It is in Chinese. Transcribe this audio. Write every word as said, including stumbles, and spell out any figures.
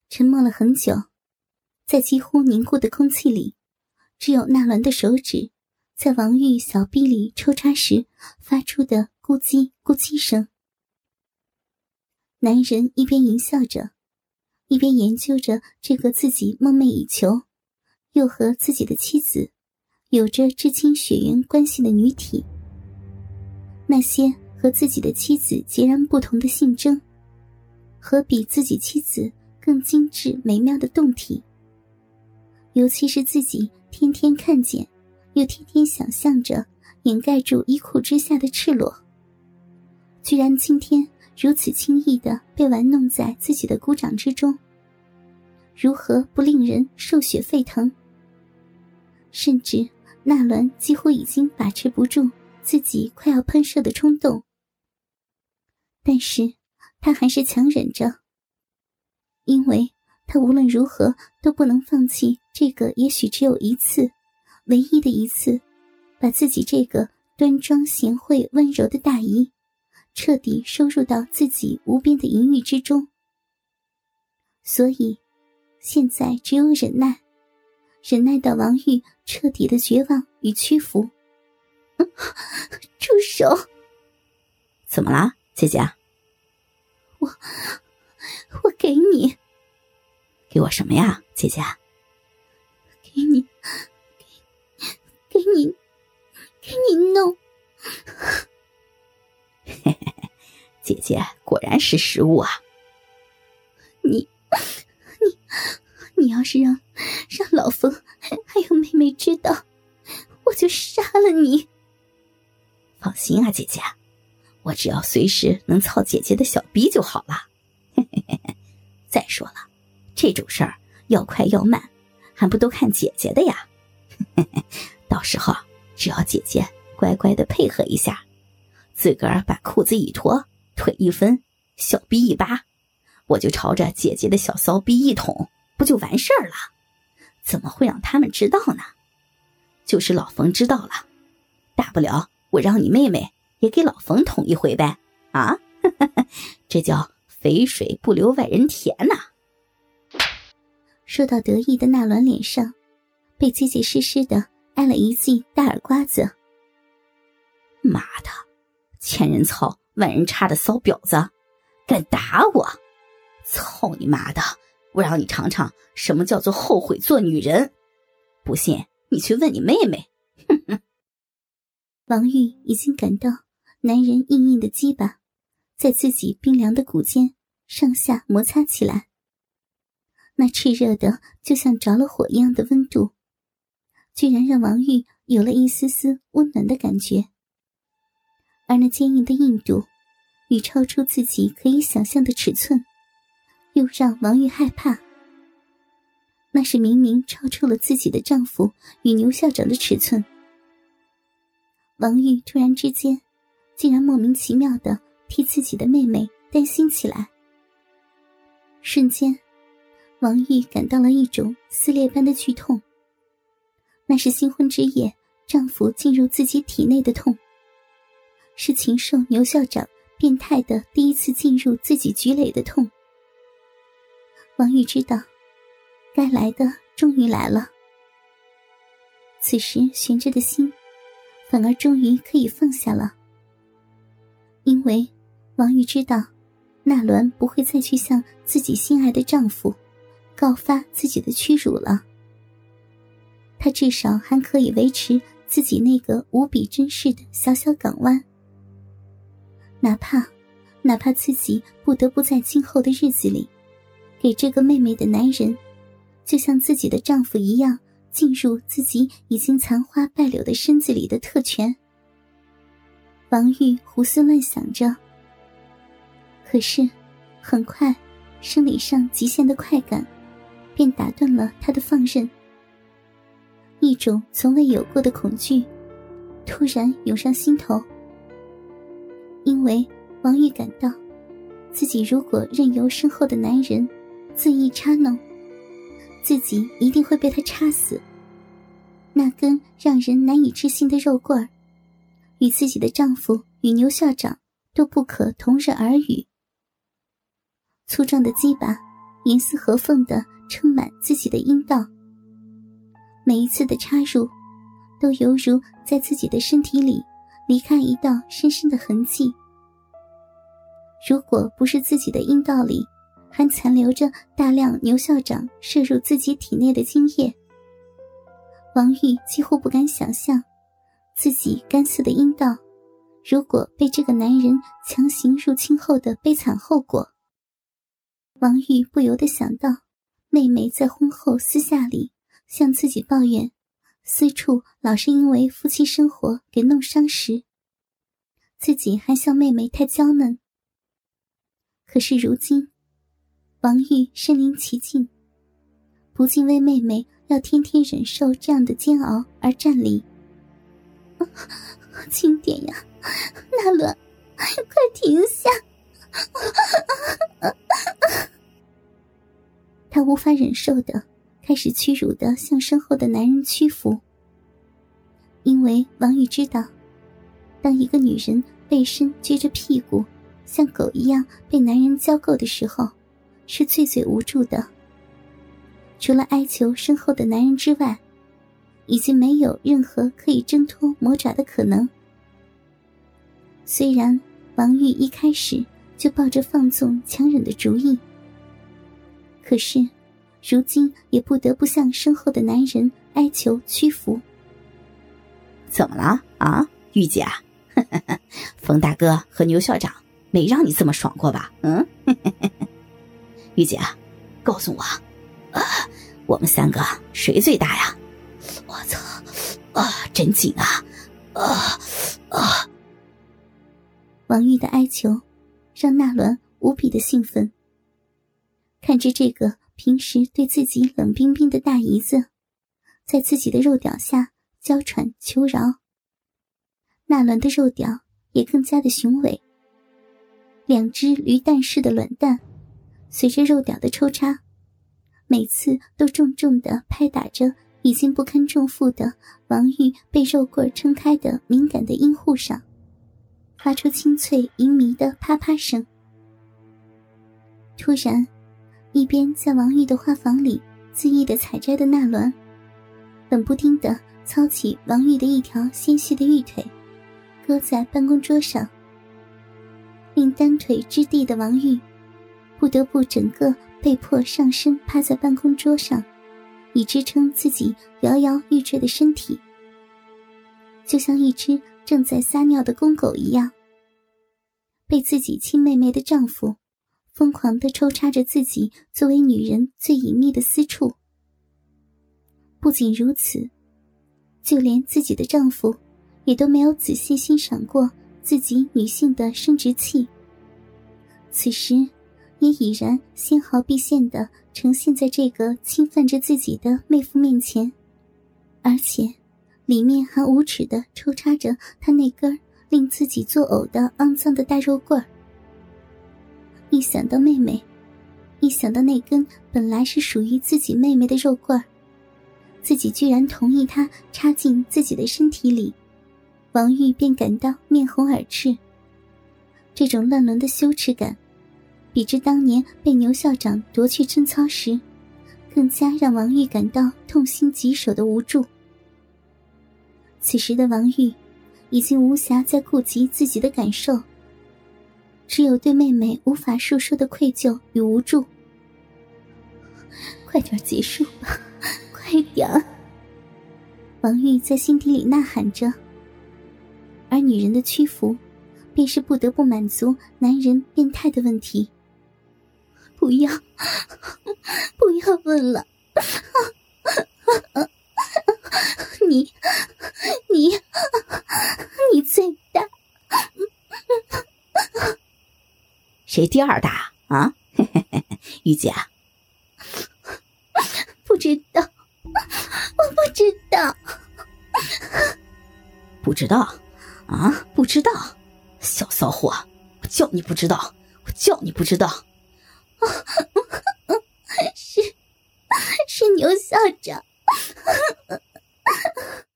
沉默了很久，在几乎凝固的空气里，只有纳兰的手指在王玉小臂里抽插时发出的咕叽咕叽声。男人一边淫笑着，一边研究着这个自己梦寐以求又和自己的妻子有着至亲血缘关系的女体。那些和自己的妻子截然不同的性征，和比自己妻子更精致美妙的胴体，尤其是自己天天看见又天天想象着掩盖住衣裤之下的赤裸，居然今天如此轻易地被玩弄在自己的鼓掌之中，如何不令人兽血沸腾？甚至纳兰几乎已经把持不住自己快要喷射的冲动，但是他还是强忍着，因为他无论如何都不能放弃这个也许只有一次，唯一的一次，把自己这个端庄贤惠温柔的大姨彻底收入到自己无边的淫欲之中。所以现在只有忍耐，忍耐到王玉彻底的绝望与屈服。住手！ 怎么啦，姐姐？ 我我给你。 给我什么呀，姐姐？ 给你给给你给你弄。 嘿嘿嘿，姐姐果然识时务啊。 你你你要是让让老冯还有妹妹知道，我就杀了你。 放心啊，姐姐，我只要随时能操姐姐的小逼就好了。嘿嘿嘿嘿，再说了，这种事儿要快要慢，还不都看姐姐的呀。嘿嘿，到时候只要姐姐乖乖的配合一下，自个儿把裤子一脱，腿一分，小逼一扒，我就朝着姐姐的小骚逼一捅，不就完事儿了？怎么会让他们知道呢？就是老冯知道了，大不了我让你妹妹也给老冯捅一回呗。啊，这叫肥水不流外人田呐、啊。 说到得意的纳兰脸上被结结实实的挨了一记大耳刮子。 妈的，千人操万人插的骚婊子，敢打我！操你妈的，我让你尝尝什么叫做后悔做女人。不信你去问你妹妹。哼哼。 王玉已经感到男人硬硬的鸡巴在自己冰凉的骨间上下摩擦起来，那炽热的就像着了火一样的温度，居然让王玉有了一丝丝温暖的感觉。而那坚硬的硬度与超出自己可以想象的尺寸，又让王玉害怕。那是明明超出了自己的丈夫与牛校长的尺寸。王玉突然之间竟然莫名其妙地替自己的妹妹担心起来。瞬间王玉感到了一种撕裂般的剧痛，那是新婚之夜丈夫进入自己体内的痛，是禽兽牛校长变态的第一次进入自己局垒的痛。王玉知道该来的终于来了，此时悬着的心反而终于可以放下了。因为王玉知道纳鸾不会再去向自己心爱的丈夫告发自己的屈辱了，她至少还可以维持自己那个无比珍视的小小港湾。哪怕哪怕自己不得不在今后的日子里给这个妹妹的男人就像自己的丈夫一样进入自己已经残花败柳的身子里的特权。王玉胡思乱想着，可是很快生理上极限的快感便打断了他的放任。一种从未有过的恐惧突然涌上心头，因为王玉感到自己如果任由身后的男人恣意插弄，自己一定会被他插死。那根让人难以置信的肉棍儿与自己的丈夫与牛校长都不可同日而语。粗壮的鸡巴严丝合缝地撑满自己的阴道。每一次的插入都犹如在自己的身体里离开一道深深的痕迹。如果不是自己的阴道里还残留着大量牛校长射入自己体内的精液，王玉几乎不敢想象自己干涩的阴道如果被这个男人强行入侵后的悲惨后果。王玉不由得想到妹妹在婚后私下里向自己抱怨私处老是因为夫妻生活给弄伤时，自己还笑妹妹太娇嫩。可是如今王玉身临其境，不禁为妹妹要天天忍受这样的煎熬而战栗。轻点呀，纳伦，快停下！她无法忍受的开始屈辱地向身后的男人屈服。因为王玉知道，当一个女人背身撅着屁股像狗一样被男人交媾的时候，是最最无助的。除了哀求身后的男人之外，已经没有任何可以挣脱魔爪的可能。虽然王玉一开始就抱着放纵强忍的主意，可是如今也不得不向身后的男人哀求屈服。 怎么了啊，玉姐啊？冯大哥和牛校长没让你这么爽过吧？嗯，玉姐啊，告诉我，啊，我们三个谁最大呀？我操，啊，真紧啊，啊啊！ 王玉的哀求让纳伦无比的兴奋，看着这个平时对自己冷冰冰的大姨子在自己的肉屌下娇喘求饶。纳伦的肉屌也更加的雄伟，两只驴蛋似的卵蛋随着肉屌的抽插，每次都重重地拍打着已经不堪重负的王玉被肉棍撑开的敏感的阴户上，发出清脆淫靡的啪啪声。突然，一边在王玉的花房里恣意地采摘的纳伦，冷不丁地操起王玉的一条纤细的玉腿，搁在办公桌上，令单腿支地的王玉不得不整个被迫上身趴在办公桌上，以支撑自己摇摇欲坠的身体，就像一只正在撒尿的公狗一样，被自己亲妹妹的丈夫疯狂地抽插着自己作为女人最隐秘的私处。不仅如此，就连自己的丈夫也都没有仔细欣赏过自己女性的生殖器，此时也已然纤毫毕现地呈现在这个侵犯着自己的妹夫面前，而且里面还无耻地抽插着他那根令自己作呕的肮脏的大肉棍儿。一想到妹妹，一想到那根本来是属于自己妹妹的肉棍儿，自己居然同意她插进自己的身体里，王玉便感到面红耳赤。这种乱伦的羞耻感比之当年被牛校长夺去贞操时，更加让王玉感到痛心疾首的无助。此时的王玉已经无暇再顾及自己的感受，只有对妹妹无法述说的愧疚与无助。快点结束吧，快点！王玉在心底里呐喊着，而女人的屈服便是不得不满足男人变态的问题。不要，不要问了，你你你最大。 谁第二大啊？玉姐啊， 不知道，我不知道。 不知道啊？不知道？小骚货，我叫你不知道，我叫你不知道。 是是牛校长。